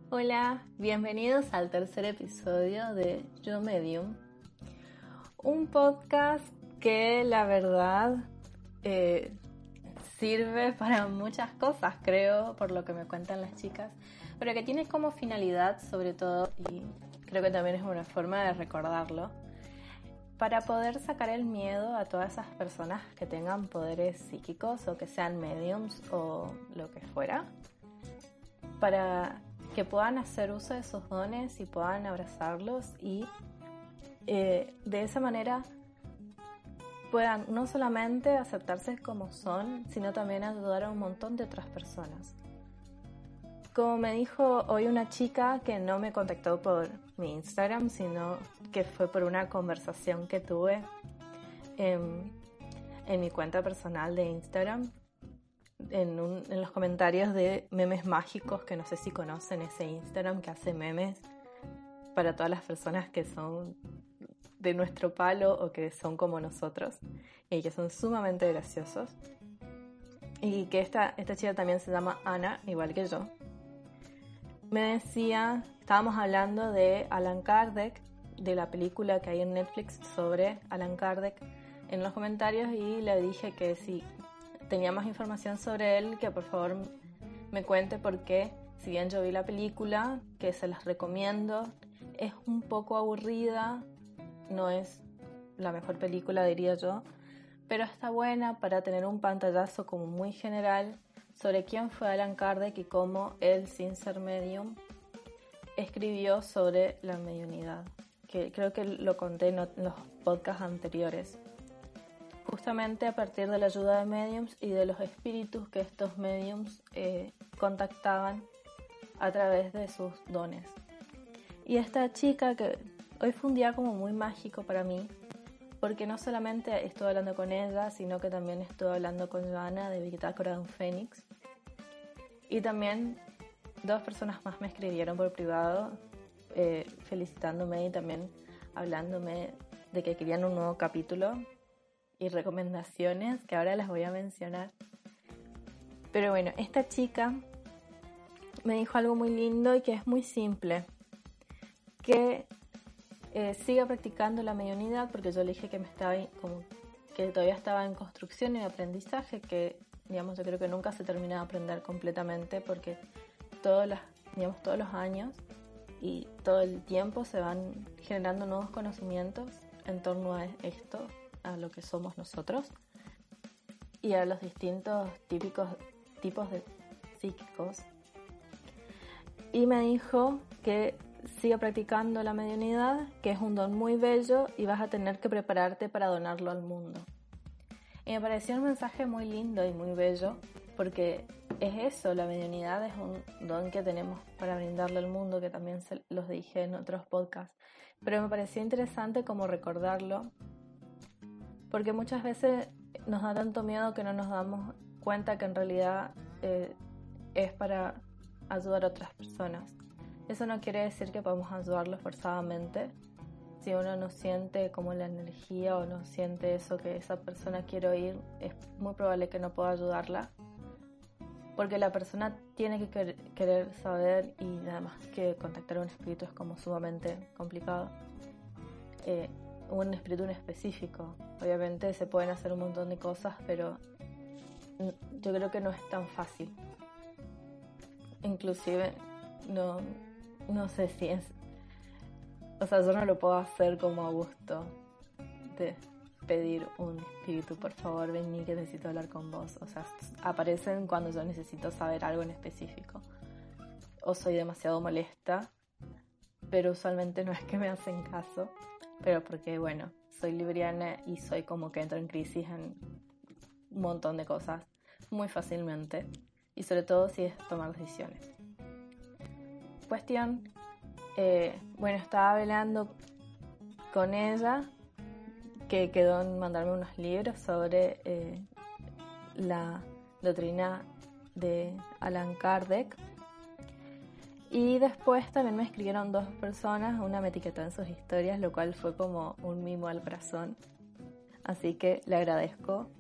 Hola, bienvenidos al tercer episodio de Yo Medium, un podcast que la verdad sirve para muchas cosas, creo, por lo que me cuentan las chicas, pero que tiene como finalidad, sobre todo, y creo que también es una forma de recordarlo, para poder sacar el miedo a todas esas personas que tengan poderes psíquicos o que sean mediums o lo que fuera, para que puedan hacer uso de sus dones y puedan abrazarlos y de esa manera puedan no solamente aceptarse como son, sino también ayudar a un montón de otras personas. Como me dijo hoy una chica que no me contactó por mi Instagram, sino que fue por una conversación que tuve en mi cuenta personal de Instagram, en los comentarios de Memes Mágicos, que no sé si conocen ese Instagram que hace memes para todas las personas que son de nuestro palo o que son como nosotros y que son sumamente graciosos. Y que esta chica también se llama Ana, igual que yo. Me decía, estábamos hablando de Allan Kardec, de la película que hay en Netflix sobre Allan Kardec en los comentarios, y le dije que si tenía más información sobre él, que por favor me cuente, porque si bien yo vi la película, que se las recomiendo, es un poco aburrida, no es la mejor película, diría yo, pero está buena para tener un pantallazo como muy general sobre quién fue Allan Kardec y cómo él, sin ser medium, escribió sobre la mediunidad, que creo que lo conté en los podcasts anteriores. Justamente a partir de la ayuda de mediums y de los espíritus que estos mediums contactaban a través de sus dones. Y esta chica, que hoy fue un día como muy mágico para mí, porque no solamente estuve hablando con ella, sino que también estuve hablando con Joana de Bitácora de un Fénix. Y también 2 personas más me escribieron por privado felicitándome y también hablándome de que querían un nuevo capítulo y recomendaciones que ahora las voy a mencionar. Pero bueno, esta chica me dijo algo muy lindo y que es muy simple, que siga practicando la mediunidad, porque yo le dije que que todavía estaba en construcción y aprendizaje, que digamos yo creo que nunca se termina de aprender completamente, porque todos los años y todo el tiempo se van generando nuevos conocimientos en torno a esto, a lo que somos nosotros y a los distintos tipos de psíquicos. Y me dijo que siga practicando la mediunidad, que es un don muy bello y vas a tener que prepararte para donarlo al mundo. Y me pareció un mensaje muy lindo y muy bello, porque es eso, la mediunidad es un don que tenemos para brindarle al mundo, que también los dije en otros podcasts. Pero me pareció interesante como recordarlo, porque muchas veces nos da tanto miedo que no nos damos cuenta que en realidad es para ayudar a otras personas. Eso no quiere decir que podamos ayudarlos forzadamente. Si uno no siente como la energía o no siente eso que esa persona quiere oír, es muy probable que no pueda ayudarla, porque la persona tiene que querer saber, y además que contactar a un espíritu es como sumamente complicado. Un espíritu en específico. Obviamente se pueden hacer un montón de cosas, pero yo creo que no es tan fácil. Inclusive no sé si es, o sea, yo no lo puedo hacer como a gusto de pedir un espíritu, por favor vení que necesito hablar con vos. O sea, aparecen cuando yo necesito saber algo en específico o soy demasiado molesta, pero usualmente no es que me hacen caso, pero porque bueno, soy libriana y soy como que entro en crisis en un montón de cosas muy fácilmente, y sobre todo si es tomar decisiones. Cuestión, bueno, estaba hablando con ella, que quedó en mandarme unos libros sobre la doctrina de Allan Kardec. Y después también me escribieron 2 personas, una me etiquetó en sus historias, lo cual fue como un mimo al corazón. Así que le agradezco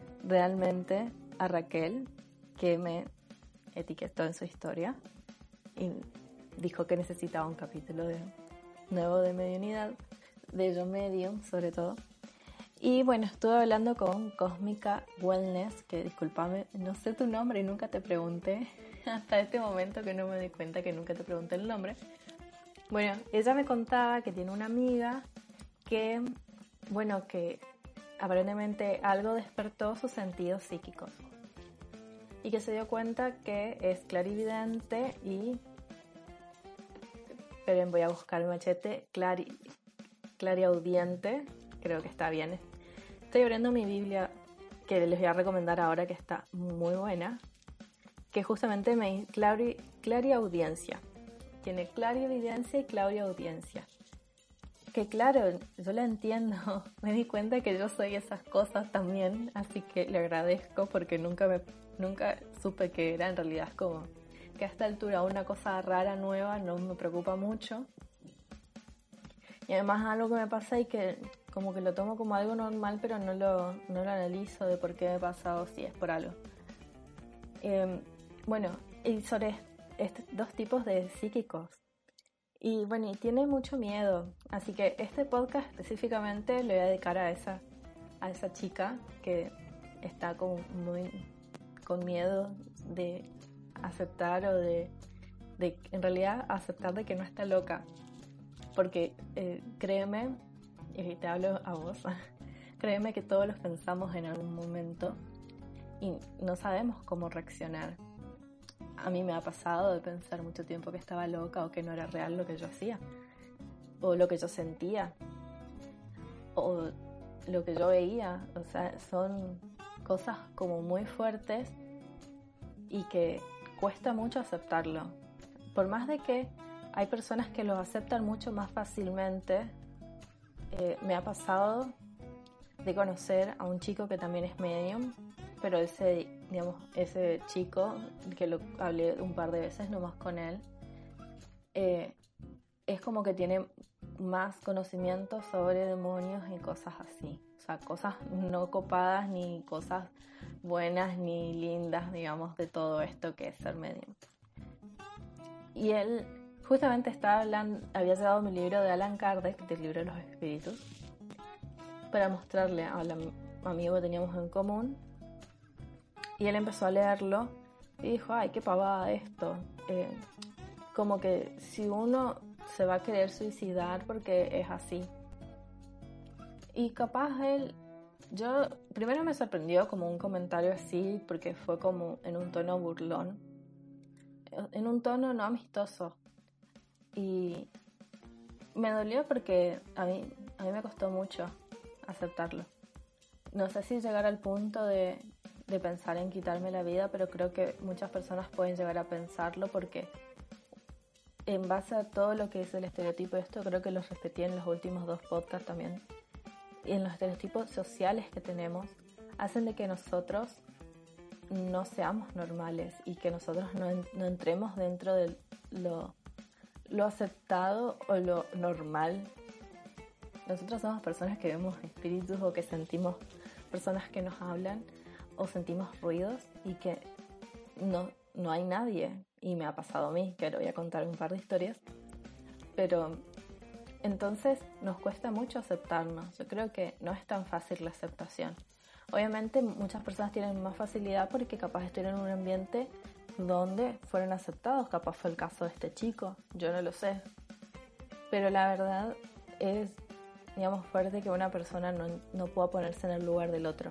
realmente a Raquel, que me etiquetó en su historia. y dijo que necesitaba un capítulo nuevo de mediunidad, de Yo Medium sobre todo. Y bueno, estuve hablando con Cósmica Wellness, que discúlpame, no sé tu nombre y nunca te pregunté, hasta este momento que no me di cuenta que nunca te pregunté el nombre. Bueno, ella me contaba que tiene una amiga que, bueno, que aparentemente algo despertó sus sentidos psíquicos y que se dio cuenta que es clarividente y, esperen, voy a buscar mi machete, clariaudiente, creo que está bien. Estoy abriendo mi Biblia, que les voy a recomendar ahora, que está muy buena, que justamente me clariaudiencia. Tiene clarividencia y clariaudiencia. Que claro, yo la entiendo. Me di cuenta que yo soy esas cosas también, así que le agradezco porque nunca supe que era. En realidad es como que a esta altura una cosa rara, nueva, no me preocupa mucho. Y además algo que me pasa y que como que lo tomo como algo normal, pero no lo analizo de por qué me pasa o si es por algo. Bueno, y sobre dos tipos de psíquicos. Y bueno, y tiene mucho miedo. Así que este podcast específicamente lo voy a dedicar a esa chica que está como muy con miedo de aceptar o de en realidad aceptar de que no está loca. Porque créeme, y te hablo a vos, créeme que todos los pensamos en algún momento y no sabemos cómo reaccionar. A mí me ha pasado de pensar mucho tiempo que estaba loca o que no era real lo que yo hacía, o lo que yo sentía, o lo que yo veía. O sea, son cosas como muy fuertes y que cuesta mucho aceptarlo. Por más de que hay personas que lo aceptan mucho más fácilmente, me ha pasado de conocer a un chico que también es medium, pero ese chico, que lo hablé un par de veces nomás con él, es como que tiene más conocimiento sobre demonios y cosas así. O sea, cosas no copadas, ni cosas buenas, ni lindas, digamos, de todo esto que es ser medium. Y él justamente había llevado mi libro de Allan Kardec, del libro de los espíritus, para mostrarle al amigo que teníamos en común. Y él empezó a leerlo y dijo, ay, qué pavada esto. Como que si uno se va a querer suicidar porque es así. Y capaz yo primero me sorprendió como un comentario así, porque fue como en un tono burlón, en un tono no amistoso. Y me dolió porque a mí me costó mucho aceptarlo. No sé si llegar al punto de pensar en quitarme la vida, pero creo que muchas personas pueden llegar a pensarlo, porque en base a todo lo que es el estereotipo de esto, creo que los repetí en los últimos 2 podcasts también, y en los estereotipos sociales que tenemos, hacen de que nosotros no seamos normales y que nosotros no entremos dentro de lo aceptado o lo normal. Nosotros somos personas que vemos espíritus o que sentimos personas que nos hablan o sentimos ruidos y que no hay nadie. Y me ha pasado a mí, que ahora voy a contar un par de historias. Pero entonces nos cuesta mucho aceptarnos. Yo creo que no es tan fácil la aceptación. Obviamente muchas personas tienen más facilidad porque capaz estuvieron en un ambiente donde fueron aceptados. Capaz fue el caso de este chico, yo no lo sé. Pero la verdad es, digamos, fuerte que una persona no pueda ponerse en el lugar del otro.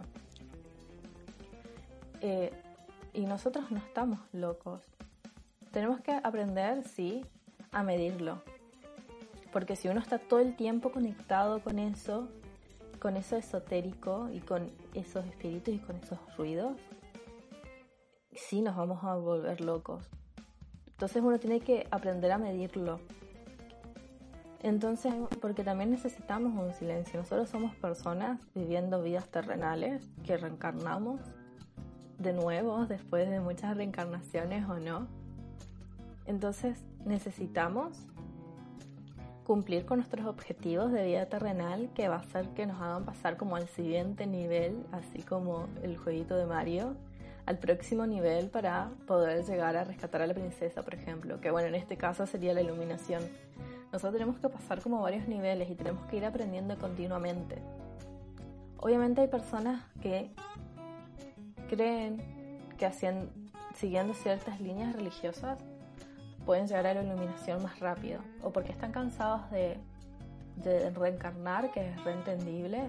Y nosotros no estamos locos. Tenemos que aprender, sí, a medirlo. Porque si uno está todo el tiempo conectado con eso esotérico y con esos espíritus y con esos ruidos, sí nos vamos a volver locos. Entonces uno tiene que aprender a medirlo. Entonces, porque también necesitamos un silencio. Nosotros somos personas viviendo vidas terrenales que reencarnamos de nuevo después de muchas reencarnaciones o no. Entonces necesitamos cumplir con nuestros objetivos de vida terrenal, que va a ser que nos hagan pasar como al siguiente nivel, así como el jueguito de Mario, al próximo nivel para poder llegar a rescatar a la princesa, por ejemplo, que bueno, en este caso sería la iluminación. Nosotros tenemos que pasar como varios niveles y tenemos que ir aprendiendo continuamente. Obviamente hay personas que creen que siguiendo ciertas líneas religiosas pueden llegar a la iluminación más rápido, o porque están cansados de reencarnar, que es reentendible,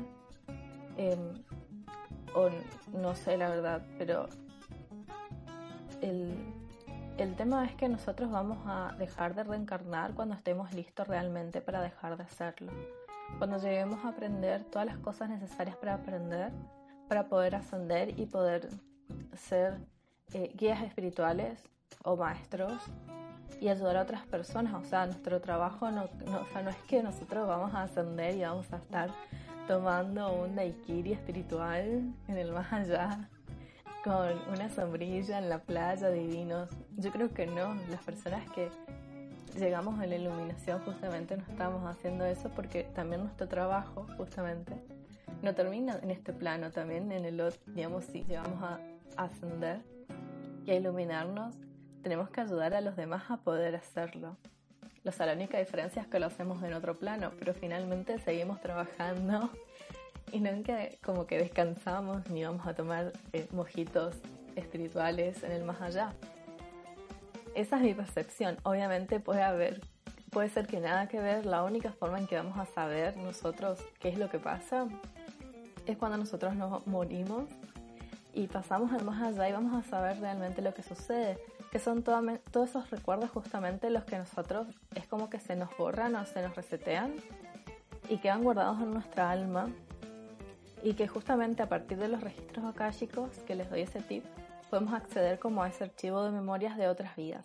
o no sé la verdad, pero el tema es que nosotros vamos a dejar de reencarnar cuando estemos listos realmente para dejar de hacerlo. Cuando lleguemos a aprender todas las cosas necesarias para aprender, para poder ascender y poder ser guías espirituales o maestros y ayudar a otras personas. O sea, nuestro trabajo no es que nosotros vamos a ascender y vamos a estar tomando un daiquiri espiritual en el más allá con una sombrilla en la playa, divinos. Yo creo que no. Las personas que llegamos a la iluminación justamente no estamos haciendo eso, porque también nuestro trabajo justamente no termina en este plano, también en el otro. Digamos, si llegamos a ascender y a iluminarnos, tenemos que ayudar a los demás a poder hacerlo. La única diferencia es que lo hacemos en otro plano, pero finalmente seguimos trabajando y nunca como que descansamos ni vamos a tomar mojitos espirituales en el más allá. Esa es mi percepción. Obviamente puede ser que nada que ver. La única forma en que vamos a saber nosotros qué es lo que pasa es cuando nosotros nos morimos y pasamos al más allá y vamos a saber realmente lo que sucede, que son todos esos recuerdos justamente los que nosotros es como que se nos borran o se nos resetean y quedan guardados en nuestra alma, y que justamente a partir de los registros akáshicos, que les doy ese tip, podemos acceder como a ese archivo de memorias de otras vidas.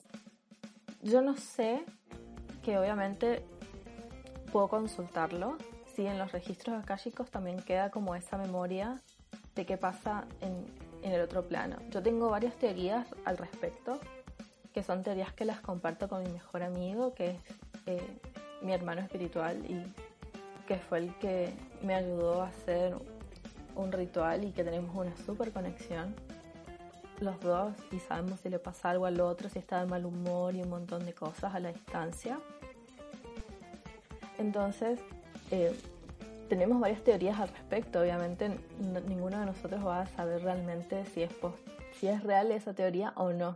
Yo no sé, que obviamente puedo consultarlo, si en los registros akáshicos también queda como esa memoria de qué pasa en el otro plano. Yo tengo varias teorías al respecto, que son teorías que las comparto con mi mejor amigo, que es mi hermano espiritual, y que fue el que me ayudó a hacer un ritual y que tenemos una súper conexión los dos y sabemos si le pasa algo al otro, si está de mal humor y un montón de cosas a la distancia. Entonces tenemos varias teorías al respecto. Obviamente ninguno de nosotros va a saber realmente si es real esa teoría o no.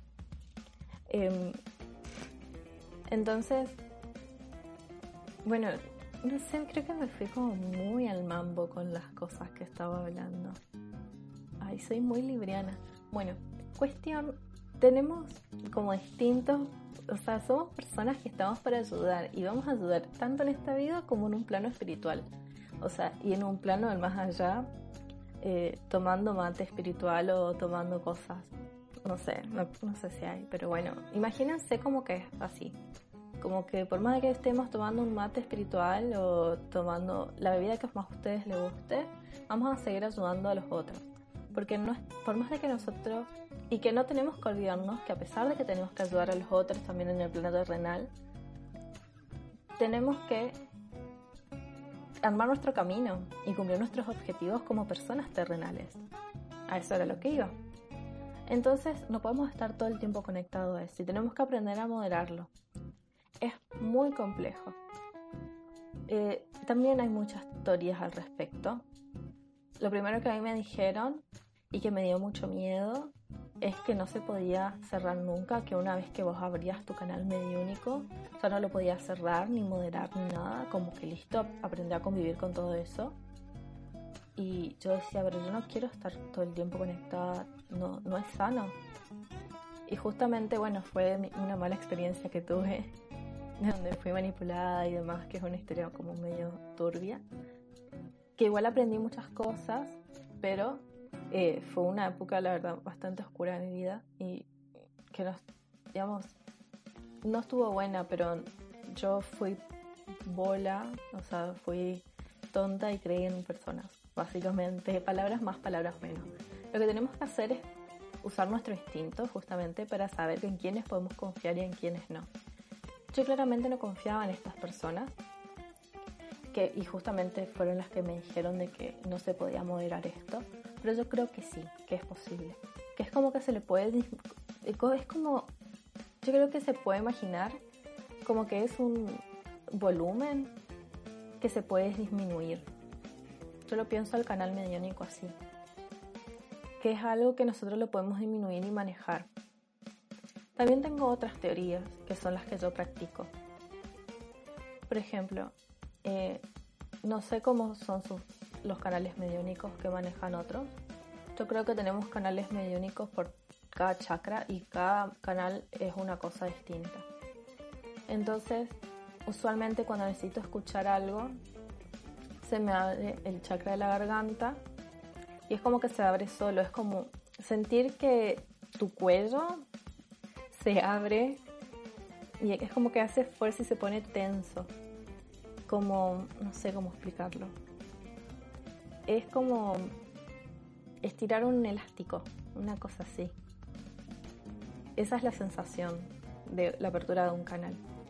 Entonces, bueno, no sé, creo que me fui como muy al mambo con las cosas que estaba hablando. Ay, soy muy libriana. Bueno, cuestión, tenemos como distintos, o sea, somos personas que estamos para ayudar y vamos a ayudar tanto en esta vida como en un plano espiritual. O sea, y en un plano del más allá, tomando mate espiritual o tomando cosas. No sé, no sé si hay, pero bueno, imagínense como que es así. Como que por más de que estemos tomando un mate espiritual o tomando la bebida que más a ustedes les guste, vamos a seguir ayudando a los otros. Porque no es, por más de que nosotros, y que no tenemos que olvidarnos que a pesar de que tenemos que ayudar a los otros también en el plano terrenal, tenemos que armar nuestro camino y cumplir nuestros objetivos como personas terrenales. A eso era lo que iba. Entonces no podemos estar todo el tiempo conectados a eso y tenemos que aprender a moderarlo. Es muy complejo. También hay muchas teorías al respecto. Lo primero que a mí me dijeron y que me dio mucho miedo es que no se podía cerrar nunca, que una vez que vos abrías tu canal mediúnico ya no lo podías cerrar, ni moderar, ni nada, como que listo, aprendí a convivir con todo eso. Y yo decía, pero yo no quiero estar todo el tiempo conectada, no es sano. Y justamente, bueno, fue una mala experiencia que tuve, donde fui manipulada y demás, que es una historia como medio turbia, que igual aprendí muchas cosas, pero fue una época, la verdad, bastante oscura de mi vida y que no estuvo buena, pero yo fui bola, o sea, fui tonta y creí en personas, básicamente, palabras más, palabras menos. Lo que tenemos que hacer es usar nuestro instinto justamente para saber en quiénes podemos confiar y en quiénes no. Yo claramente no confiaba en estas personas, y justamente fueron las que me dijeron de que no se podía moderar esto, pero yo creo que sí, que es posible. que es como que se le puede, es como, yo creo que se puede imaginar como que es un volumen que se puede disminuir. Yo lo pienso al canal mediúnico así, que es algo que nosotros lo podemos disminuir y manejar. También tengo otras teorías que son las que yo practico. Por ejemplo, no sé cómo son los canales mediúnicos que manejan otros. Yo creo que tenemos canales mediúnicos por cada chakra y cada canal es una cosa distinta. Entonces, usualmente cuando necesito escuchar algo, se me abre el chakra de la garganta y es como que se abre solo. Es como sentir que tu cuello se abre y es como que hace fuerza y se pone tenso. Como, no sé cómo explicarlo. Es como estirar un elástico, una cosa así. Esa es la sensación de la apertura de un canal.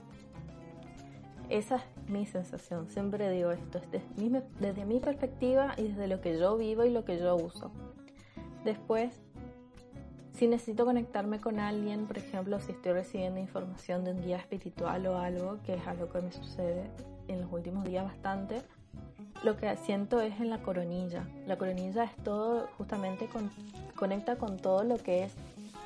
Esa es mi sensación, siempre digo esto, desde mi perspectiva y desde lo que yo vivo y lo que yo uso. Después, si necesito conectarme con alguien, por ejemplo, si estoy recibiendo información de un guía espiritual o algo, que es algo que me sucede en los últimos días bastante, lo que siento es en la coronilla. La coronilla es todo, justamente conecta con todo lo que es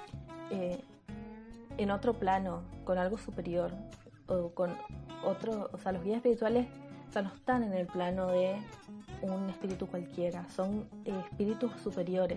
en otro plano, con algo superior, o con otro, o sea, los guías espirituales, o sea, no están en el plano de un espíritu cualquiera, son espíritus superiores,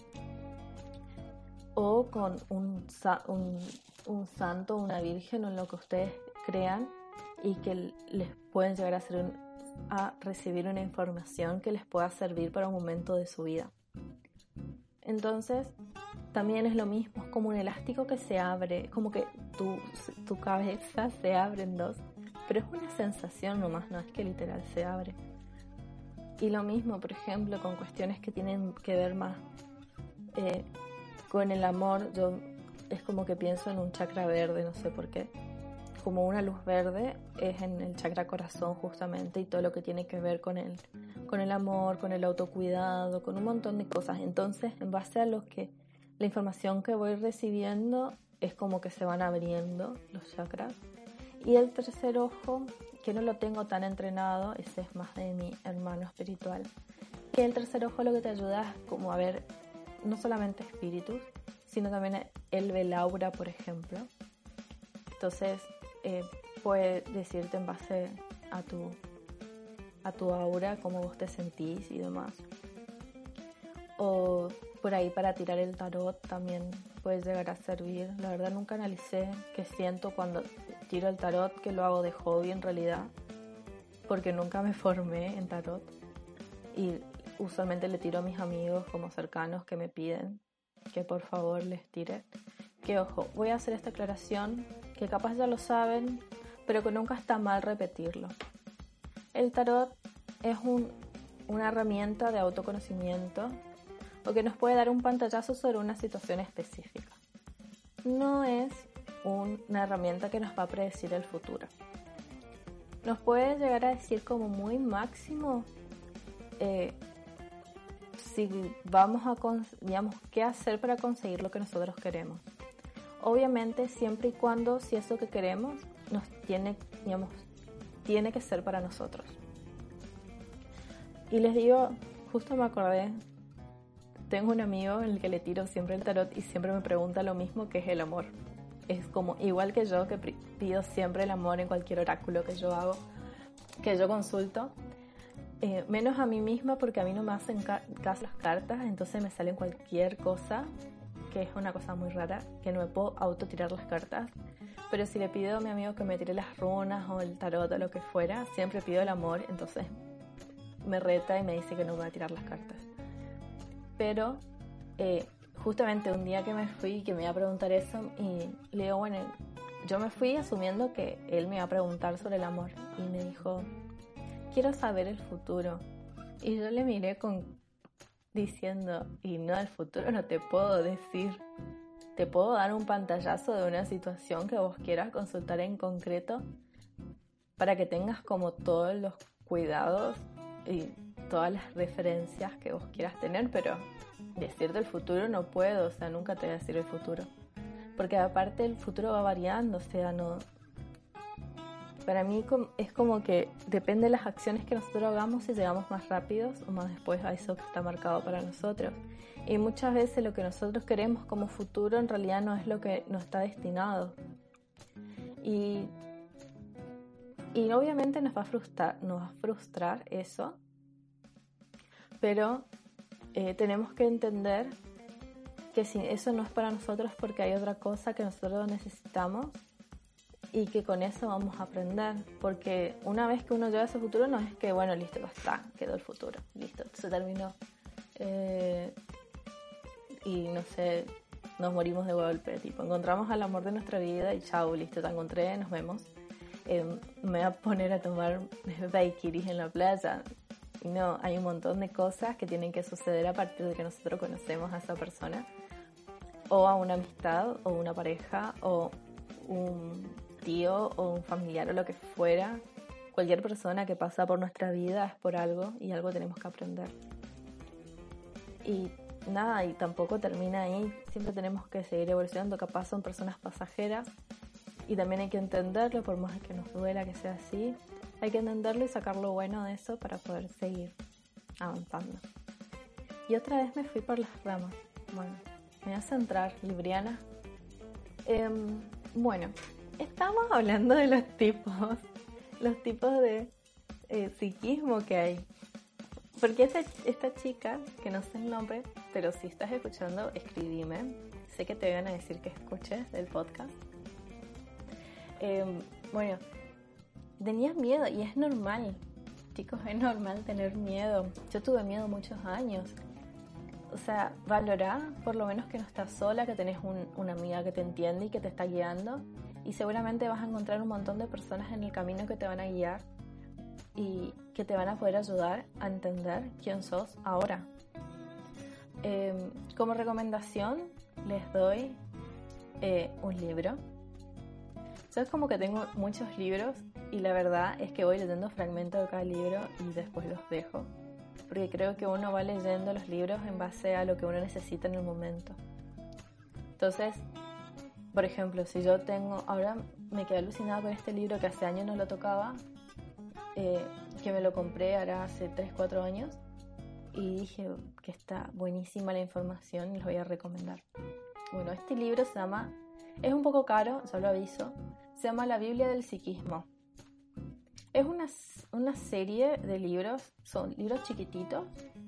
o con un santo, una virgen, o en lo que ustedes crean, y que les pueden llegar a recibir una información que les pueda servir para un momento de su vida. Entonces, también es lo mismo, es como un elástico que se abre, como que tu cabeza se abre en dos, pero es una sensación nomás, no es que literal se abre. Y lo mismo, por ejemplo, con cuestiones que tienen que ver más con el amor. Yo es como que pienso en un chakra verde, no sé por qué. Como una luz verde es en el chakra corazón justamente, y todo lo que tiene que ver con el amor, con el autocuidado, con un montón de cosas. Entonces, en base a la información que voy recibiendo, es como que se van abriendo los chakras. Y el tercer ojo, que no lo tengo tan entrenado, ese es más de mi hermano espiritual, que el tercer ojo lo que te ayuda es como a ver no solamente espíritus, sino también el velaura, por ejemplo. Entonces, puede decirte en base a tu aura cómo vos te sentís y demás. O por ahí para tirar el tarot también puede llegar a servir. La verdad nunca analicé qué siento cuando tiro el tarot, que lo hago de hobby en realidad, porque nunca me formé en tarot y usualmente le tiro a mis amigos como cercanos que me piden que por favor les tire. Que ojo, voy a hacer esta aclaración que capaz ya lo saben, pero que nunca está mal repetirlo. El tarot es una herramienta de autoconocimiento o que nos puede dar un pantallazo sobre una situación específica. No es una herramienta que nos va a predecir el futuro. Nos puede llegar a decir como muy máximo si vamos a, digamos, qué hacer para conseguir lo que nosotros queremos. Obviamente siempre y cuando si eso que queremos nos tiene que ser para nosotros. Y les digo, justo me acordé, tengo un amigo en el que le tiro siempre el tarot y siempre me pregunta lo mismo, que es el amor. Es como igual que yo, que pido siempre el amor en cualquier oráculo que yo hago, que yo consulto, menos a mí misma, porque a mí no me hacen caso las cartas, entonces me salen cualquier cosa, que es una cosa muy rara, que no me puedo autotirar las cartas. Pero si le pido a mi amigo que me tire las runas o el tarot o lo que fuera, siempre pido el amor, entonces me reta y me dice que no voy a tirar las cartas. Pero justamente un día que me fui, que me iba a preguntar eso, y le digo, bueno, yo me fui asumiendo que él me iba a preguntar sobre el amor, y me dijo, quiero saber el futuro. Y yo le miré diciendo, y no, el futuro no te puedo decir. Te puedo dar un pantallazo de una situación que vos quieras consultar en concreto para que tengas como todos los cuidados y todas las referencias que vos quieras tener, pero decirte el futuro no puedo, o sea, nunca te voy a decir el futuro. Porque aparte el futuro va variando, o sea, no... Para mí es como que depende de las acciones que nosotros hagamos si llegamos más rápidos o más después a eso que está marcado para nosotros. Y muchas veces lo que nosotros queremos como futuro en realidad no es lo que nos está destinado. Y obviamente nos va a frustrar eso, pero tenemos que entender que si eso no es para nosotros porque hay otra cosa que nosotros necesitamos y que con eso vamos a aprender, porque una vez que uno llega a ese futuro no es que bueno, listo, ya está, quedó el futuro, listo, se terminó y no sé, nos morimos de golpe, tipo encontramos al amor de nuestra vida y chau, listo, te encontré, nos vemos, me voy a poner a tomar daiquiris en la playa. No, hay un montón de cosas que tienen que suceder a partir de que nosotros conocemos a esa persona, o a una amistad, o una pareja, o un tío, o un familiar, o lo que fuera. Cualquier persona que pasa por nuestra vida es por algo, y algo tenemos que aprender. Y nada, y tampoco termina ahí, siempre tenemos que seguir evolucionando, capaz son personas pasajeras, y también hay que entenderlo, por más que nos duela que sea así, hay que entenderlo y sacar lo bueno de eso para poder seguir avanzando. Y otra vez me fui por las ramas. Bueno, me voy a centrar, Libriana. Bueno, estamos hablando de los tipos de psiquismo que hay. Porque esta chica, que no sé el nombre, pero si estás escuchando, escribime. Sé que te van a decir que escuches el podcast. Bueno, tenía miedo y es normal, chicos, es normal tener miedo. Yo tuve miedo muchos años. O sea, valorá por lo menos que no estás sola, que tenés una amiga que te entiende y que te está guiando. Y seguramente vas a encontrar un montón de personas en el camino que te van a guiar y que te van a poder ayudar a entender quién sos ahora. Como recomendación les doy un libro. Yo es como que tengo muchos libros y la verdad es que voy leyendo fragmentos de cada libro y después los dejo. Porque creo que uno va leyendo los libros en base a lo que uno necesita en el momento. Entonces, por ejemplo, si yo ahora me quedé alucinada con este libro que hace años no lo tocaba, que me lo compré ahora hace 3-4 años y dije que está buenísima la información y les voy a recomendar. Bueno, este libro es un poco caro, ya lo aviso, se llama La Biblia del Psiquismo. Es una serie de libros, son libros chiquititos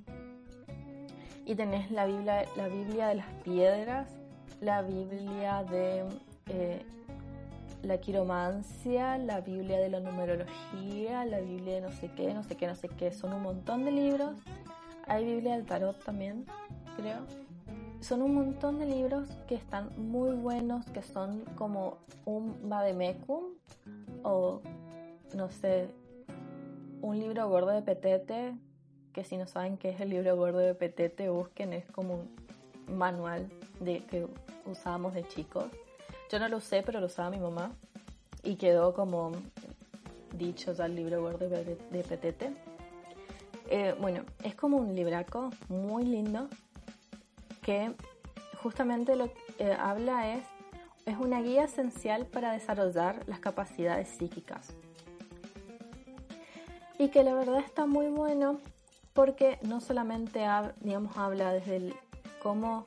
y tenés la Biblia de las piedras, la Biblia de la quiromancia, la Biblia de la numerología, la Biblia de no sé qué, son un montón de libros. Hay Biblia del tarot también, creo. Son un montón de libros que están muy buenos, que son como un vademecum o, no sé, un libro gordo de Petete, que si no saben qué es el libro gordo de Petete, busquen, es como un manual que usábamos de chicos. Yo no lo usé, pero lo usaba mi mamá y quedó como dicho ya el libro gordo de Petete. Bueno, es como un libraco muy lindo que justamente lo que habla es una guía esencial para desarrollar las capacidades psíquicas. Y que la verdad está muy bueno porque no solamente habla desde cómo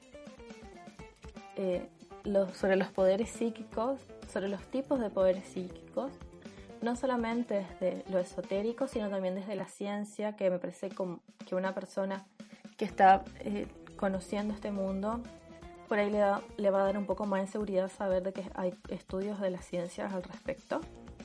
sobre los poderes psíquicos, sobre los tipos de poderes psíquicos, no solamente desde lo esotérico, sino también desde la ciencia, que me parece que una persona que está conociendo este mundo, por ahí le va a dar un poco más de seguridad saber de que hay estudios de las ciencias al respecto.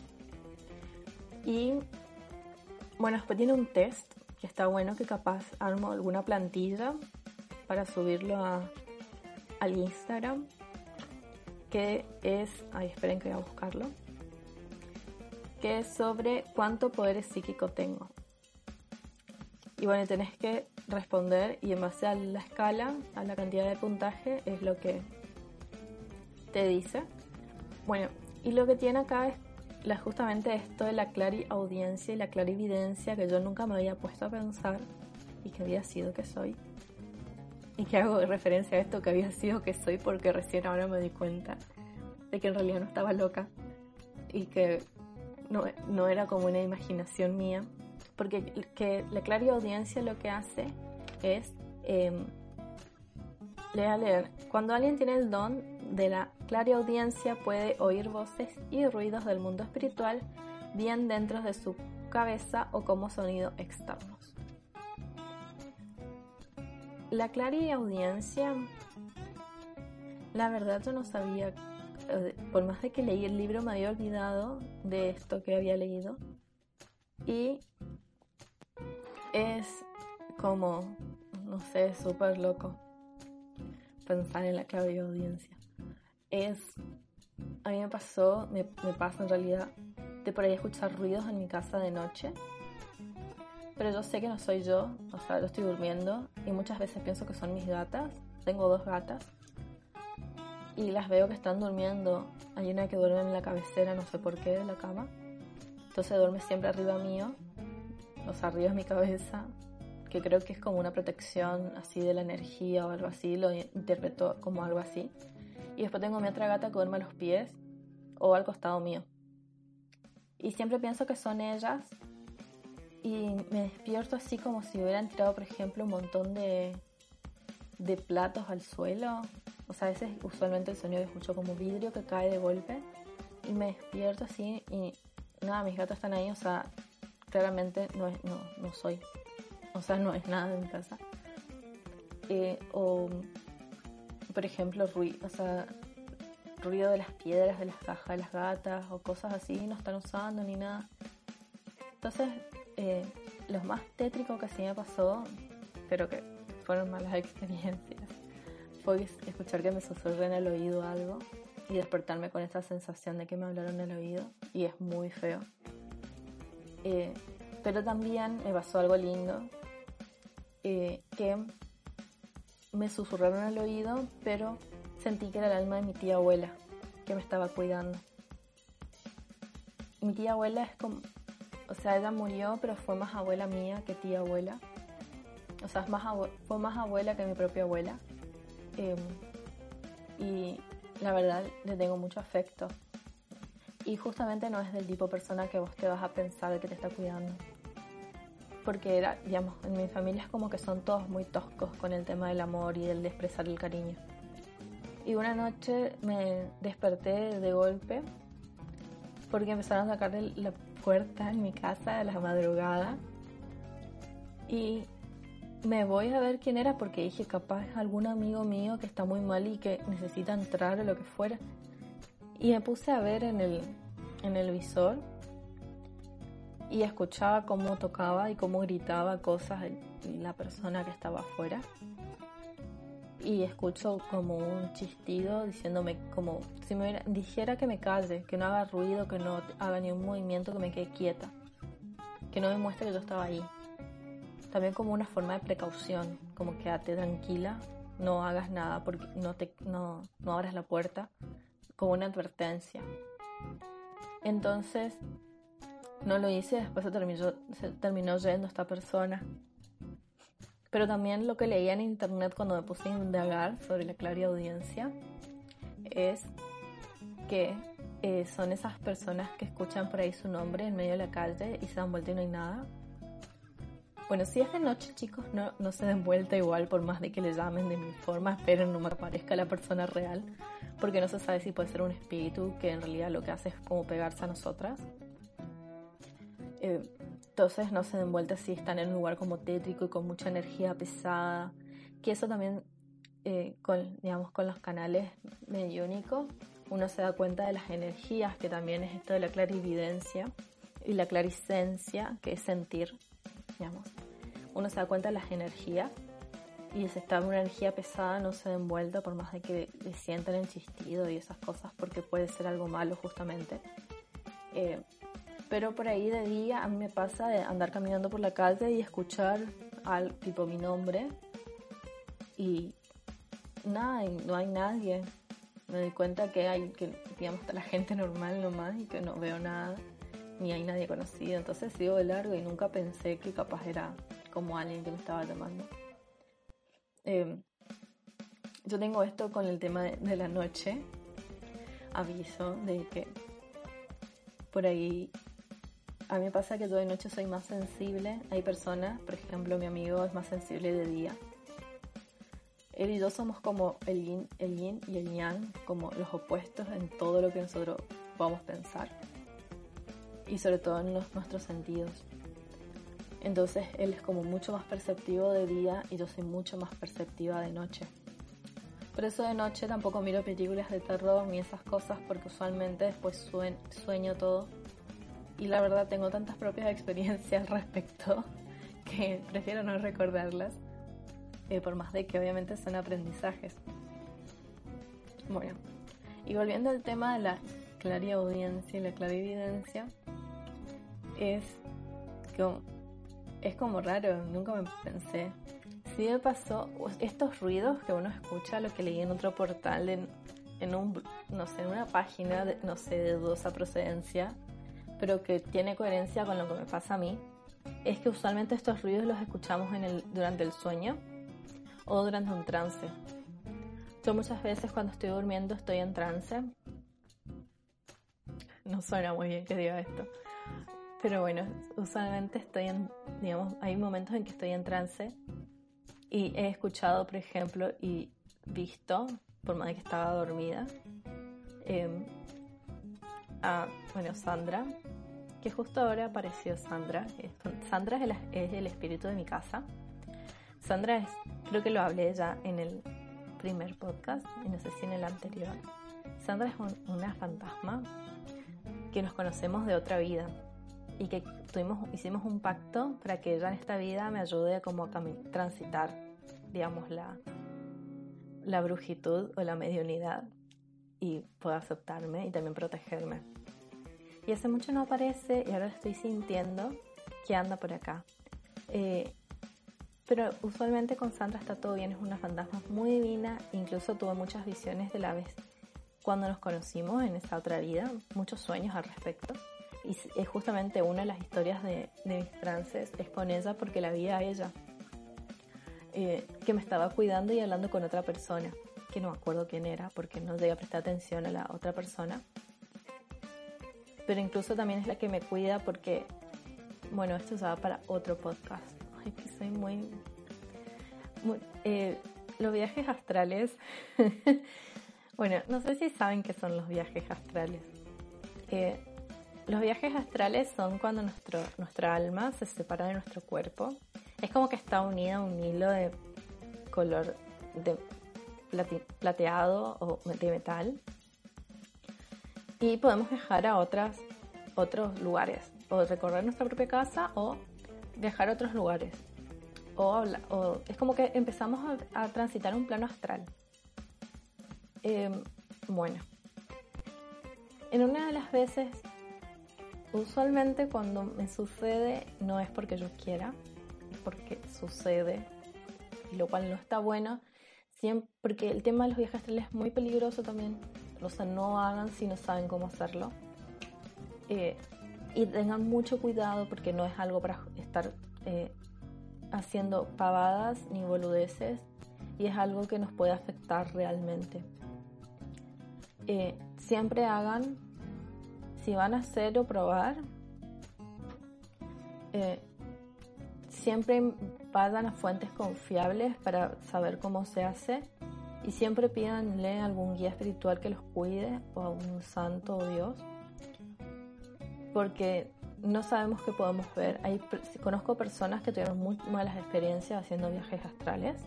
Y bueno, después tiene un test que está bueno, que capaz armo alguna plantilla para subirlo al Instagram, que es, esperen que voy a buscarlo, que es sobre cuánto poder psíquico tengo. Y bueno, tenés que responder y en base a la escala, a la cantidad de puntaje, es lo que te dice. Bueno, y lo que tiene acá es justamente esto de la clariaudiencia y la clarividencia, que yo nunca me había puesto a pensar y que había sido que soy. y que hago referencia a esto que había sido que soy, porque recién ahora me di cuenta de que en realidad no estaba loca y que no era como una imaginación mía, porque que la clariaudiencia lo que hace es leer. Cuando alguien tiene el don de la clariaudiencia, puede oír voces y ruidos del mundo espiritual, bien dentro de su cabeza o como sonido externos. La clariaudiencia, la verdad yo no sabía, por más de que leí el libro me había olvidado de esto que había leído, y es como, no sé, súper loco pensar en la clariaudiencia. A mí me pasa en realidad, de por ahí escuchar ruidos en mi casa de noche, pero yo sé que no soy yo, o sea, yo estoy durmiendo y muchas veces pienso que son mis gatas. Tengo 2 gatas y las veo que están durmiendo. Hay una que duerme en la cabecera, no sé por qué, de la cama, entonces duerme siempre arriba mío, o sea, arriba de mi cabeza, que creo que es como una protección así de la energía o algo así, lo interpreto como algo así. Y después tengo mi otra gata que duerme a los pies o al costado mío. Y siempre pienso que son ellas y me despierto así como si hubieran tirado, por ejemplo, un montón de platos al suelo. O sea, ese es usualmente el sonido que escucho, como vidrio que cae de golpe. Y me despierto así y nada, mis gatos están ahí, o sea, claramente no soy. O sea, no es nada en mi casa. O, por ejemplo, ruido de las piedras de las cajas de las gatas o cosas así, no están usando ni nada. Entonces, lo más tétrico que sí me pasó, pero que fueron malas experiencias, fue escuchar que me susurren al oído algo y despertarme con esa sensación de que me hablaron al oído, y es muy feo. Pero también me pasó algo lindo, que me susurraron al oído, pero sentí que era el alma de mi tía abuela que me estaba cuidando. Mi tía abuela es como, o sea, ella murió, pero fue más abuela mía que tía abuela. O sea, fue más abuela que mi propia abuela. Y la verdad le tengo mucho afecto. Y justamente no es del tipo de persona que vos te vas a pensar que te está cuidando. Porque era, digamos, en mi familia es como que son todos muy toscos con el tema del amor y del de expresar el cariño. Y una noche me desperté de golpe porque empezaron a tocar la puerta en mi casa a la madrugada. Y me voy a ver quién era, porque dije, capaz es algún amigo mío que está muy mal y que necesita entrar o lo que fuera. Y me puse a ver en el visor y escuchaba cómo tocaba y cómo gritaba cosas la persona que estaba afuera. Y escucho como un chistido diciéndome, como si me dijera que me calle, que no haga ruido, que no haga ningún movimiento, que me quede quieta, que no me muestre que yo estaba ahí. También como una forma de precaución, como quédate tranquila, no hagas nada, porque no abras la puerta, como una advertencia. Entonces no lo hice, después se terminó yendo esta persona. Pero también lo que leía en internet cuando me puse a indagar sobre la clariaudiencia es que son esas personas que escuchan por ahí su nombre en medio de la calle y se dan vuelta y no hay nada. Bueno, si es de noche, chicos, no se den vuelta igual, por más de que le llamen de mi forma, esperen no me aparezca la persona real, porque no se sabe si puede ser un espíritu que en realidad lo que hace es como pegarse a nosotras. Entonces no se den vuelta si están en un lugar como tétrico y con mucha energía pesada, que eso también con los canales mediúnicos uno se da cuenta de las energías, que también es esto de la clarividencia y la clarisencia, que es sentir, digamos. Uno se da cuenta de las energías, y si está en una energía pesada no se den vuelta por más de que le sientan el chistido y esas cosas, porque puede ser algo malo justamente. Pero por ahí de día a mí me pasa de andar caminando por la calle y escuchar tipo mi nombre y nada, y no hay nadie. Me doy cuenta que digamos, está la gente normal nomás y que no veo nada, ni hay nadie conocido. Entonces sigo de largo y nunca pensé que capaz era como alguien que me estaba llamando. yo tengo esto con el tema de la noche. Aviso de que por ahí a mí me pasa que yo de noche soy más sensible. Hay personas, por ejemplo, mi amigo es más sensible de día. Él y yo somos como el yin y el yang, como los opuestos en todo lo que nosotros podamos pensar. Y sobre todo en nuestros sentidos. Entonces él es como mucho más perceptivo de día y yo soy mucho más perceptiva de noche. Por eso de noche tampoco miro películas de terror ni esas cosas, porque usualmente después sueño todo. Y la verdad tengo tantas propias experiencias al respecto que prefiero no recordarlas, por más de que obviamente son aprendizajes. Bueno, y volviendo al tema de la clariaudiencia y la clarividencia, es como raro, nunca me pensé. Sí me pasó estos ruidos que uno escucha, lo que leí en otro portal, en una página de dudosa procedencia, pero que tiene coherencia con lo que me pasa a mí, es que usualmente estos ruidos los escuchamos durante el sueño o durante un trance. Yo muchas veces cuando estoy durmiendo estoy en trance. No suena muy bien que diga esto, pero bueno, usualmente hay momentos en que estoy en trance. Y he escuchado, por ejemplo, y visto, por más de que estaba dormida, Sandra, que justo ahora apareció Sandra. Sandra es el espíritu de mi casa. Sandra creo que lo hablé ya en el primer podcast, y no sé si en el anterior. Sandra es una fantasma que nos conocemos de otra vida y que hicimos un pacto para que ella en esta vida me ayude como a transitar, digamos, la brujitud o la mediunidad y pueda aceptarme y también protegerme. Y hace mucho no aparece y ahora estoy sintiendo que anda por acá. Pero usualmente con Sandra está todo bien, es una fantasma muy divina. Incluso tuve muchas visiones de la vez cuando nos conocimos en esa otra vida, muchos sueños al respecto. Y es justamente una de las historias de mis trances, es con ella porque la vi a ella, que me estaba cuidando y hablando con otra persona, que no me acuerdo quién era porque no llegué a prestar atención a la otra persona. Pero incluso también es la que me cuida porque, bueno, esto se va para otro podcast. Ay, que soy muy los viajes astrales. Bueno, no sé si saben qué son los viajes astrales. Los viajes astrales son cuando nuestra alma se separa de nuestro cuerpo. Es como que está unida a un hilo de color de plateado o de metal. Y podemos viajar a otros lugares. O recorrer nuestra propia casa o viajar a otros lugares. O es como que empezamos a transitar un plano astral. Bueno. En una de las veces, usualmente cuando me sucede, no es porque yo quiera, es porque sucede, lo cual no está bueno, porque el tema de los viajes astrales es muy peligroso también. O sea, no hagan si no saben cómo hacerlo. Y tengan mucho cuidado porque no es algo para estar haciendo pavadas ni boludeces, y es algo que nos puede afectar realmente. Siempre hagan, si van a hacer o probar, siempre vayan a fuentes confiables para saber cómo se hace, y siempre pídanle a algún guía espiritual que los cuide, o a un santo o Dios, porque no sabemos qué podemos ver. Conozco personas que tuvieron muy malas experiencias haciendo viajes astrales.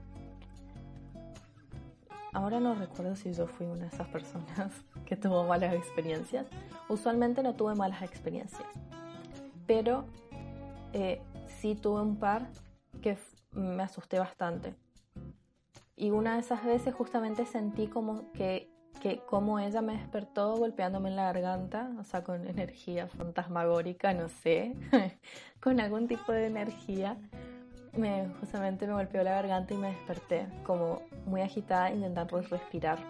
Ahora no recuerdo si yo fui una de esas personas que tuvo malas experiencias. Usualmente no tuve malas experiencias, pero sí tuve un par que me asusté bastante. Y una de esas veces justamente sentí como ella me despertó golpeándome en la garganta, o sea, con energía fantasmagórica, no sé, con algún tipo de energía. Justamente me golpeó la garganta y me desperté como muy agitada intentando respirar.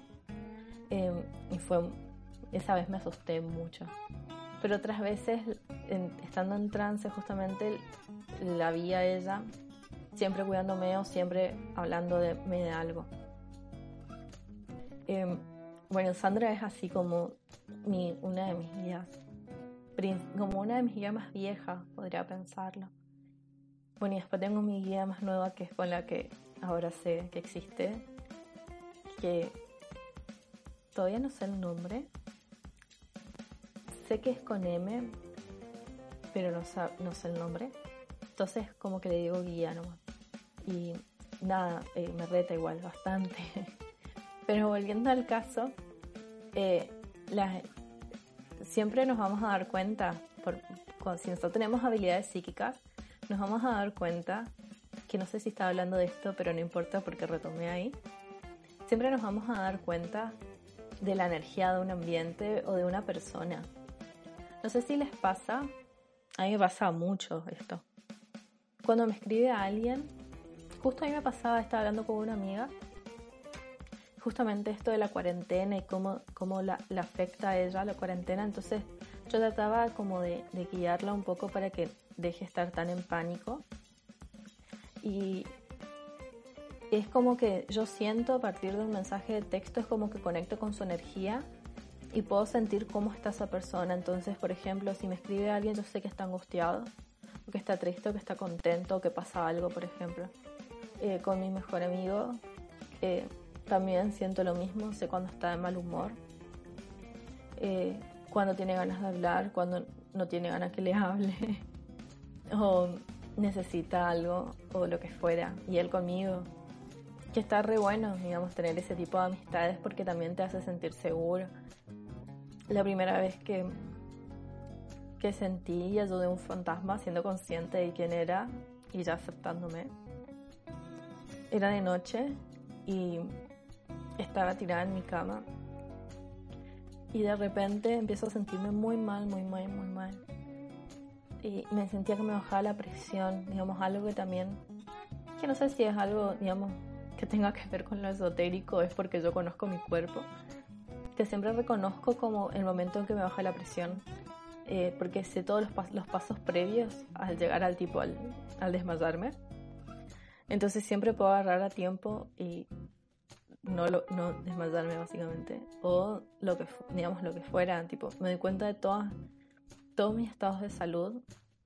Y esa vez me asusté mucho. Pero otras veces, estando en trance, justamente la vi a ella siempre cuidándome o siempre hablándome de algo. Bueno, Sandra es así como una de mis guías, como una de mis guías más viejas, podría pensarlo. Bueno, y después tengo mi guía más nueva, que es con la que ahora sé que existe, que todavía no sé el nombre. Sé que es con M, pero no sé el nombre. Entonces como que le digo guía nomás. Y nada, me reta igual bastante. Pero volviendo al caso, siempre nos vamos a dar cuenta, si nosotros tenemos habilidades psíquicas, nos vamos a dar cuenta, que no sé si estaba hablando de esto, pero no importa porque retomé ahí, siempre nos vamos a dar cuenta de la energía de un ambiente o de una persona. No sé si les pasa, a mí me pasa mucho esto. Cuando me escribe a alguien, justo a mí me pasaba, estaba hablando con una amiga, justamente esto de la cuarentena y cómo la afecta a ella la cuarentena. Entonces yo trataba como de guiarla un poco para que deje de estar tan en pánico. Y es como que yo siento a partir de un mensaje de texto, es como que conecto con su energía y puedo sentir cómo está esa persona. Entonces, por ejemplo, si me escribe alguien, yo sé que está angustiado, o que está triste, o que está contento, o que pasa algo, por ejemplo. Con mi mejor amigo también siento lo mismo, sé cuando está de mal humor, cuando tiene ganas de hablar, cuando no tiene ganas que le hable, o necesita algo, o lo que fuera. Y él conmigo, que está re bueno, digamos, tener ese tipo de amistades, porque también te hace sentir seguro. La primera vez que sentí y ayudé a un fantasma siendo consciente de quién era y ya aceptándome, era de noche y estaba tirada en mi cama y de repente empiezo a sentirme muy mal y me sentía que me bajaba la presión, digamos, algo que también, que no sé si es algo, digamos, que tenga que ver con lo esotérico, es porque yo conozco mi cuerpo, que siempre reconozco como el momento en que me baja la presión, porque sé todos los pasos previos al llegar al desmayarme. Entonces siempre puedo agarrar a tiempo y no desmayarme, básicamente, o lo que fuera. Tipo, me doy cuenta de todos mis estados de salud,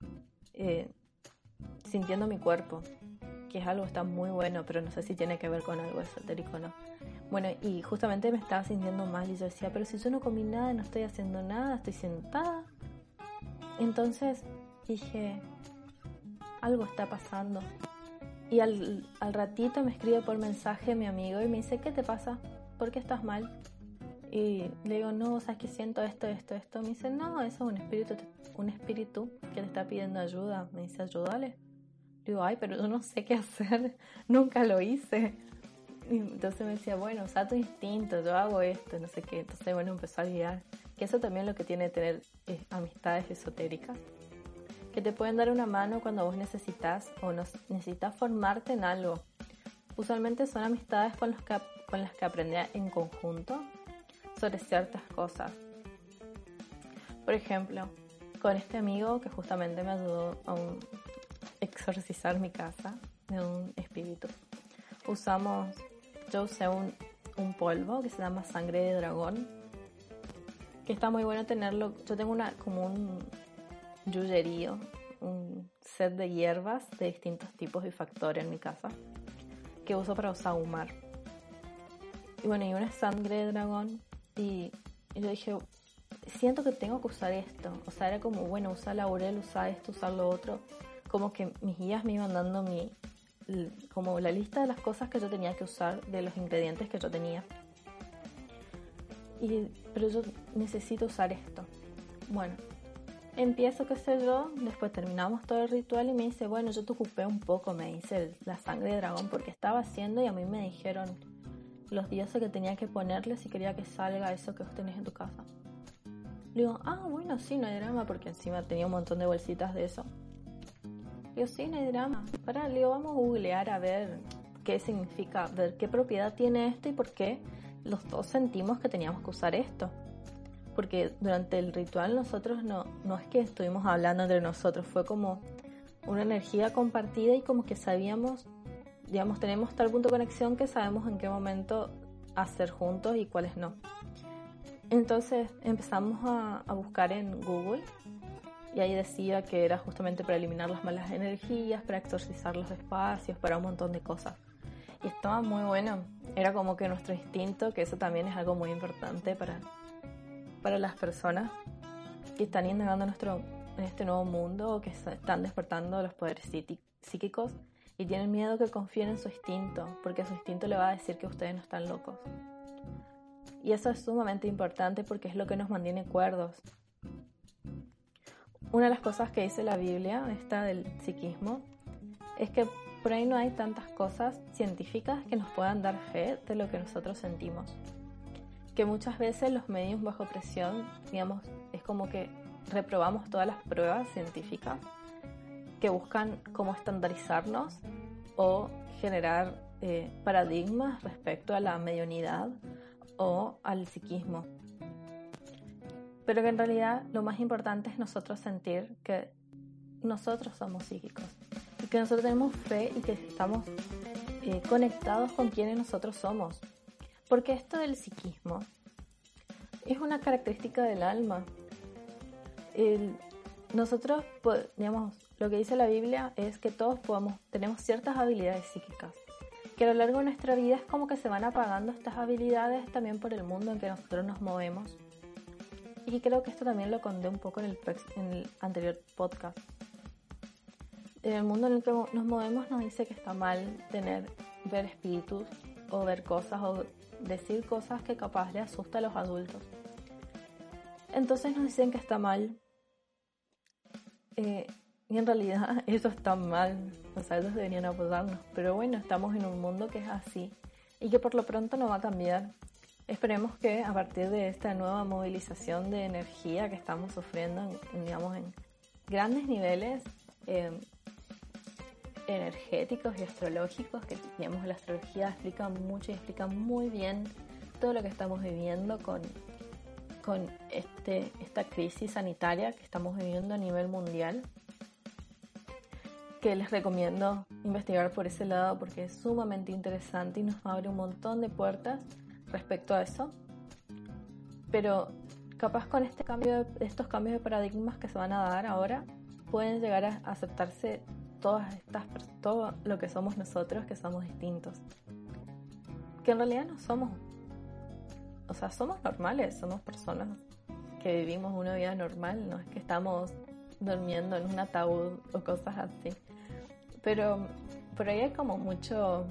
sintiendo mi cuerpo, que es algo que está muy bueno, pero no sé si tiene que ver con algo esotérico o no. Bueno, y justamente me estaba sintiendo mal y yo decía, pero si yo no comí nada, no estoy haciendo nada, estoy sentada. Entonces dije, algo está pasando. Y al ratito me escribe por mensaje mi amigo y me dice, ¿qué te pasa? ¿Por qué estás mal? Y le digo, no, ¿sabes qué siento? Esto. Me dice, no, eso es un espíritu que te está pidiendo ayuda. Me dice, ayúdale. Digo, ay, pero yo no sé qué hacer, nunca lo hice. Y entonces me decía, bueno, usa tu instinto, yo hago esto, no sé qué. Entonces, bueno, empezó a guiar. Que eso también es lo que tiene tener amistades esotéricas, que te pueden dar una mano cuando vos necesitas necesitas formarte en algo. Usualmente son amistades con las que aprendes en conjunto sobre ciertas cosas. Por ejemplo, con este amigo que justamente me ayudó a exorcizar mi casa de un espíritu. Yo usé un polvo que se llama sangre de dragón, que está muy bueno tenerlo. Yo tengo como un yuyerío, un set de hierbas de distintos tipos y factores en mi casa que uso para sahumar. Y bueno, y una sangre de dragón y yo dije, siento que tengo que usar esto. O sea, era como, bueno, usa laurel, usa esto, usa lo otro. Como que mis guías me iban dando como la lista de las cosas que yo tenía que usar, de los ingredientes que yo tenía. Pero yo necesito usar esto. Bueno, empiezo, qué sé yo, después terminamos todo el ritual y me dice, bueno, yo te ocupé un poco, me dice, la sangre de dragón, porque estaba haciendo y a mí me dijeron los días que tenía que ponerle si quería que salga eso que vos tenés en tu casa. Le digo, bueno, sí, no hay drama, porque encima tenía un montón de bolsitas de eso. Le digo, sí, no hay drama. Le digo, vamos a googlear a ver qué significa, ver qué propiedad tiene esto y por qué los dos sentimos que teníamos que usar esto. Porque durante el ritual nosotros no es que estuvimos hablando entre nosotros, fue como una energía compartida y como que sabíamos, digamos, tenemos tal punto de conexión que sabemos en qué momento hacer juntos y cuáles no. Entonces empezamos a buscar en Google y ahí decía que era justamente para eliminar las malas energías, para exorcizar los espacios, para un montón de cosas. Y estaba muy bueno. Era como que nuestro instinto, que eso también es algo muy importante para las personas que están indagando en este nuevo mundo o que están despertando los poderes psíquicos y tienen miedo que confíen en su instinto, porque su instinto le va a decir que ustedes no están locos. Y eso es sumamente importante porque es lo que nos mantiene cuerdos. Una de las cosas que dice la Biblia, esta del psiquismo, es que por ahí no hay tantas cosas científicas que nos puedan dar fe de lo que nosotros sentimos. Que muchas veces los medios bajo presión, digamos, es como que reprobamos todas las pruebas científicas que buscan cómo estandarizarnos o generar paradigmas respecto a la mediunidad o al psiquismo. Pero que en realidad lo más importante es nosotros sentir que nosotros somos psíquicos y que nosotros tenemos fe y que estamos conectados con quienes nosotros somos. Porque esto del psiquismo es una característica del alma. Nosotros, digamos, lo que dice la Biblia es que todos tenemos ciertas habilidades psíquicas, que a lo largo de nuestra vida es como que se van apagando estas habilidades también por el mundo en que nosotros nos movemos. Y creo que esto también lo conté un poco en el anterior podcast. En el mundo en el que nos movemos nos dice que está mal ver espíritus o ver cosas o decir cosas que capaz le asusta a los adultos. Entonces nos dicen que está mal. Y en realidad eso está mal. O sea, ellos deberían apoyarnos. Pero bueno, estamos en un mundo que es así y que por lo pronto no va a cambiar. Esperemos que a partir de esta nueva movilización de energía que estamos sufriendo en grandes niveles energéticos y astrológicos, que digamos la astrología explica mucho y explica muy bien todo lo que estamos viviendo con esta crisis sanitaria que estamos viviendo a nivel mundial, que les recomiendo investigar por ese lado porque es sumamente interesante y nos abre un montón de puertas respecto a eso. Pero capaz con estos cambios de paradigmas que se van a dar ahora pueden llegar a aceptarse todo lo que somos nosotros, que somos distintos, que en realidad no somos, o sea, somos normales, somos personas que vivimos una vida normal, no es que estamos durmiendo en un ataúd o cosas así, pero por ahí hay como mucho,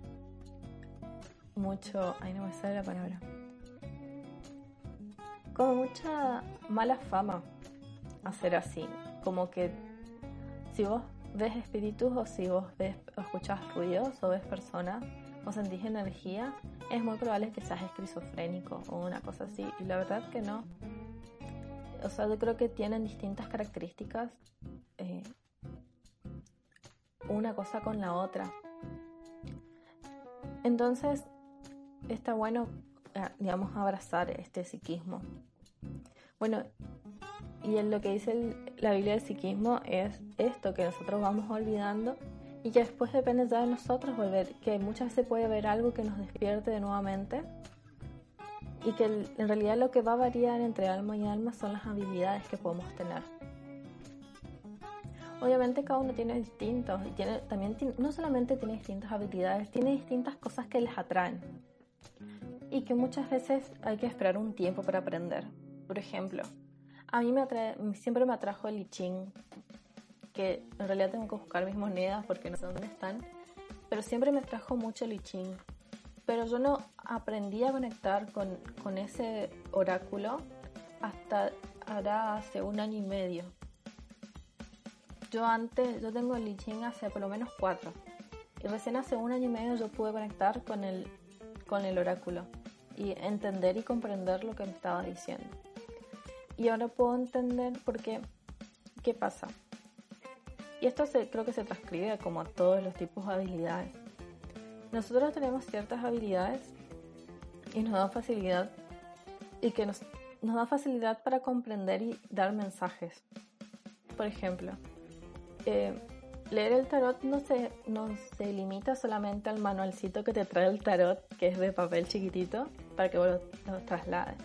ay, no me sale la palabra, como mucha mala fama hacer así, como que si vos ves espíritus o si vos escuchás ruidos o ves personas o sentís energía, es muy probable que seas esquizofrénico o una cosa así, y la verdad que no. O sea, yo creo que tienen distintas características una cosa con la otra. Entonces está bueno, digamos, abrazar este psiquismo. Bueno, y en lo que dice la Biblia del psiquismo es esto, que nosotros vamos olvidando y que después depende ya de nosotros volver, que muchas veces puede haber algo que nos despierte de nuevamente y que en realidad lo que va a variar entre alma y alma son las habilidades que podemos tener. Obviamente cada uno tiene distintos y no solamente tiene distintas habilidades, tiene distintas cosas que les atraen y que muchas veces hay que esperar un tiempo para aprender. Por ejemplo, a mí siempre me atrajo el I Ching, que en realidad tengo que buscar mis monedas porque no sé dónde están, pero siempre me atrajo mucho el I Ching. Pero yo no aprendí a conectar con ese oráculo hasta ahora hace 1 año y medio. Yo tengo el I Ching hace por lo menos 4 y recién hace 1 año y medio yo pude conectar con el oráculo y entender y comprender lo que me estaba diciendo. Y ahora puedo entender por qué pasa. Y esto creo que se transcribe como a todos los tipos de habilidades. Nosotros tenemos ciertas habilidades y nos da facilidad y que nos da facilidad para comprender y dar mensajes. Por ejemplo, leer el tarot no se limita solamente al manualcito que te trae el tarot, que es de papel chiquitito, para que vos lo traslades.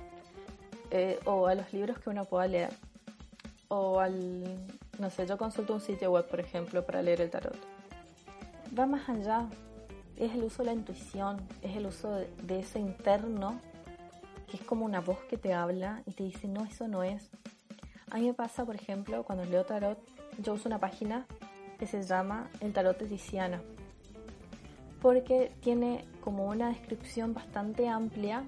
O a los libros que uno pueda leer. O no sé, yo consulto un sitio web, por ejemplo, para leer el tarot. Va más allá. Es el uso de la intuición, es el uso de ese interno, que es como una voz que te habla y te dice, no, eso no es. A mí me pasa, por ejemplo, cuando leo tarot, yo uso una página que se llama El Tarot de Tiziana, porque tiene como una descripción bastante amplia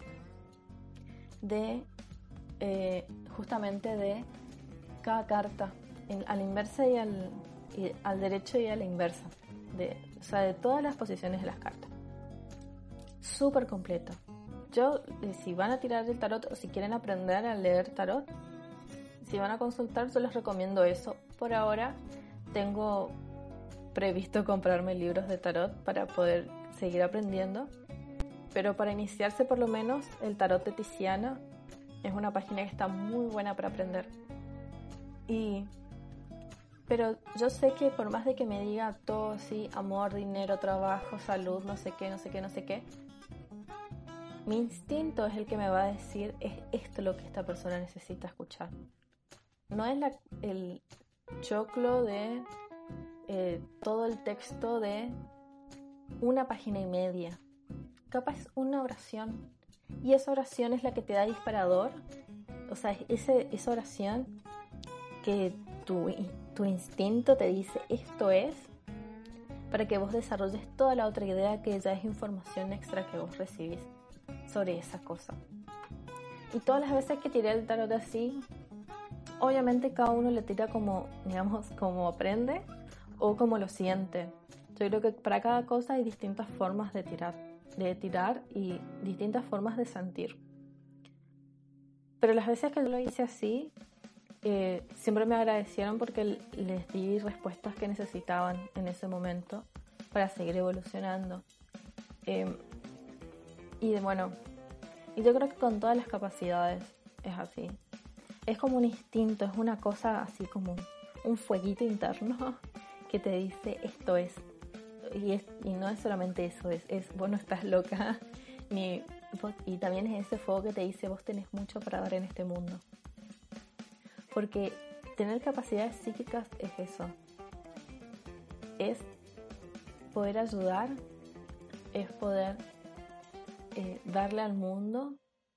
de justamente de cada carta, a la inversa y al derecho y a la inversa, o sea, de todas las posiciones de las cartas. Súper completo. Yo, si van a tirar el tarot o si quieren aprender a leer tarot, si van a consultar, yo les recomiendo eso. Por ahora tengo previsto comprarme libros de tarot para poder seguir aprendiendo, pero para iniciarse por lo menos el tarot de Tiziana es una página que está muy buena para aprender. Pero yo sé que por más de que me diga todo, sí, amor, dinero, trabajo, salud, no sé qué, mi instinto es el que me va a decir, es esto lo que esta persona necesita escuchar. No es el choclo de todo el texto de una página y media. Capaz una oración. Y esa oración es la que te da disparador. O sea, esa oración que tu instinto te dice esto es, para que vos desarrolles toda la otra idea que ya es información extra que vos recibís sobre esa cosa. Y todas las veces que tiré el tarot así, obviamente cada uno le tira como, digamos, como aprende o como lo siente. Yo creo que para cada cosa hay distintas formas de tirar y distintas formas de sentir. Pero las veces que yo lo hice así, siempre me agradecieron porque les di respuestas que necesitaban en ese momento para seguir evolucionando. Y yo creo que con todas las capacidades es así. Es como un instinto, es una cosa así como un fueguito interno que te dice esto es. Y no es solamente eso, es vos no estás loca, y también es ese fuego que te dice vos tenés mucho para dar en este mundo. Porque tener capacidades psíquicas es eso. Es poder ayudar, es poder darle al mundo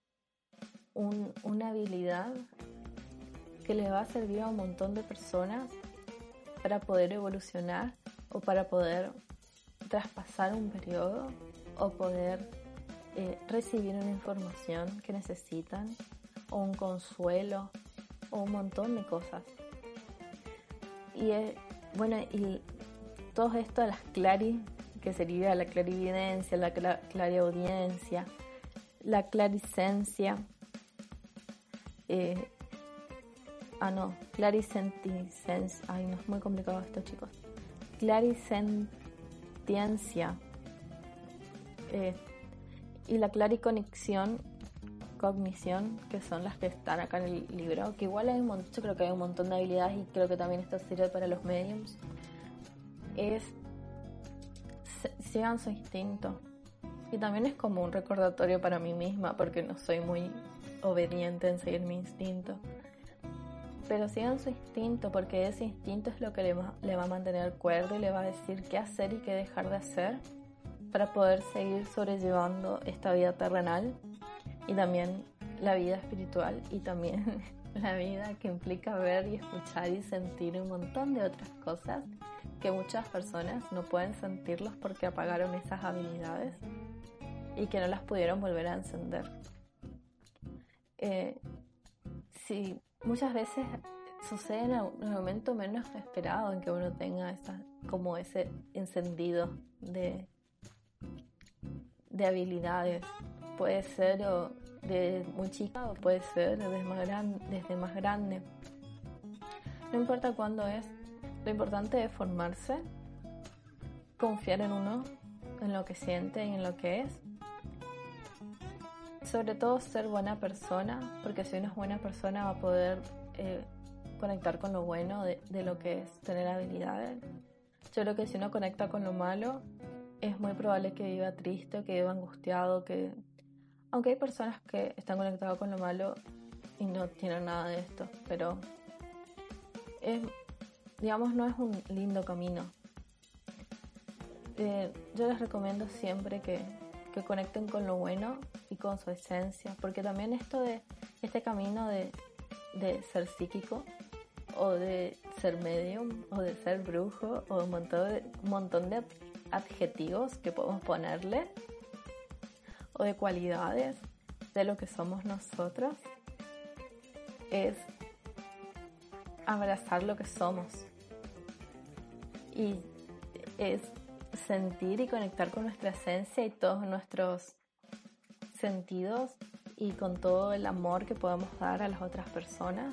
una habilidad que le va a servir a un montón de personas para poder evolucionar o para poder traspasar un periodo o poder recibir una información que necesitan o un consuelo o un montón de cosas. Y todo esto de las que sería la clarividencia, la clariaudiencia, la clarisencia, clarisenticencia, no es muy complicado esto, chicos. Clarisentiencia y la claricognición, que son las que están acá en el libro, que igual yo creo que hay un montón de habilidades y creo que también esto sirve para los mediums. Sigan su instinto. Y también es como un recordatorio para mí misma, porque no soy muy obediente en seguir mi instinto. Pero sigan su instinto, porque ese instinto es lo que le va a mantener cuerdo y le va a decir qué hacer y qué dejar de hacer para poder seguir sobrellevando esta vida terrenal y también la vida espiritual y también la vida que implica ver y escuchar y sentir un montón de otras cosas que muchas personas no pueden sentirlos porque apagaron esas habilidades y que no las pudieron volver a encender. Sí, muchas veces sucede en un momento menos esperado en que uno tenga como ese encendido de habilidades. Puede ser de muy chica o puede ser desde más grande. No importa cuándo es, lo importante es formarse, confiar en uno, en lo que siente y en lo que es. Sobre todo ser buena persona, porque si uno es buena persona va a poder conectar con lo bueno de lo que es tener habilidades. Yo creo que si uno conecta con lo malo, es muy probable que viva triste, que viva angustiado, que aunque hay personas que están conectadas con lo malo y no tienen nada de esto, pero es, digamos, no es un lindo camino. Yo les recomiendo siempre que conecten con lo bueno y con su esencia, porque también este camino de ser psíquico o de ser medium o de ser brujo o un montón de adjetivos que podemos ponerle o de cualidades de lo que somos nosotros, es abrazar lo que somos y es sentir y conectar con nuestra esencia y todos nuestros sentidos y con todo el amor que podemos dar a las otras personas.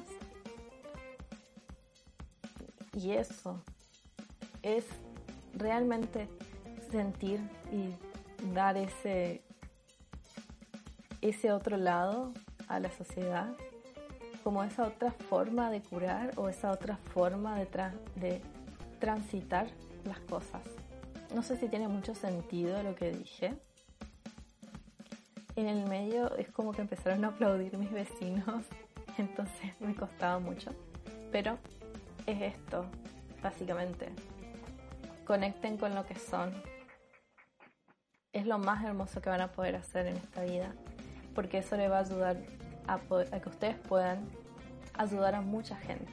Y eso es realmente sentir y dar ese otro lado a la sociedad, como esa otra forma de curar o esa otra forma de transitar las cosas. No sé si tiene mucho sentido lo que dije. En el medio es como que empezaron a aplaudir mis vecinos, entonces me costaba mucho. Pero es esto, básicamente. Conecten con lo que son. Es lo más hermoso que van a poder hacer en esta vida, porque eso les va a ayudar a que ustedes puedan ayudar a mucha gente.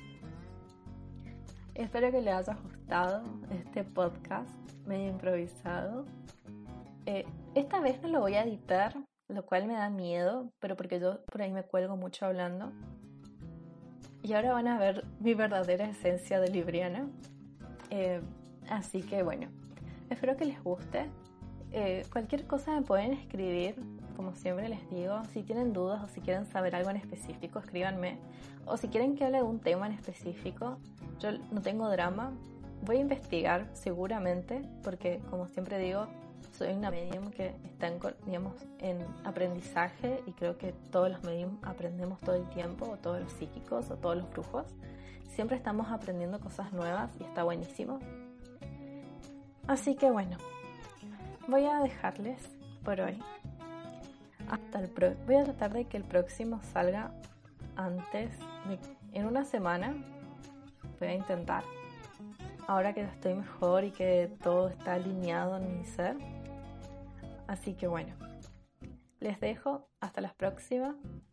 Espero que les haya gustado este podcast medio improvisado. Esta vez no lo voy a editar, lo cual me da miedo, pero porque yo por ahí me cuelgo mucho hablando. Y ahora van a ver mi verdadera esencia de libriana. Así que bueno, espero que les guste. Cualquier cosa me pueden escribir, como siempre les digo. Si tienen dudas o si quieren saber algo en específico, escríbanme. O si quieren que hable de un tema en específico, yo no tengo drama. Voy a investigar seguramente, porque como siempre digo, soy una medium que está en aprendizaje, y creo que todos los medium aprendemos todo el tiempo, o todos los psíquicos, o todos los brujos. Siempre estamos aprendiendo cosas nuevas y está buenísimo. Así que bueno, voy a dejarles por hoy. Voy a tratar de que el próximo salga en una semana. Voy a intentar. Ahora que estoy mejor y que todo está alineado en mi ser. Así que bueno, les dejo. Hasta la próxima.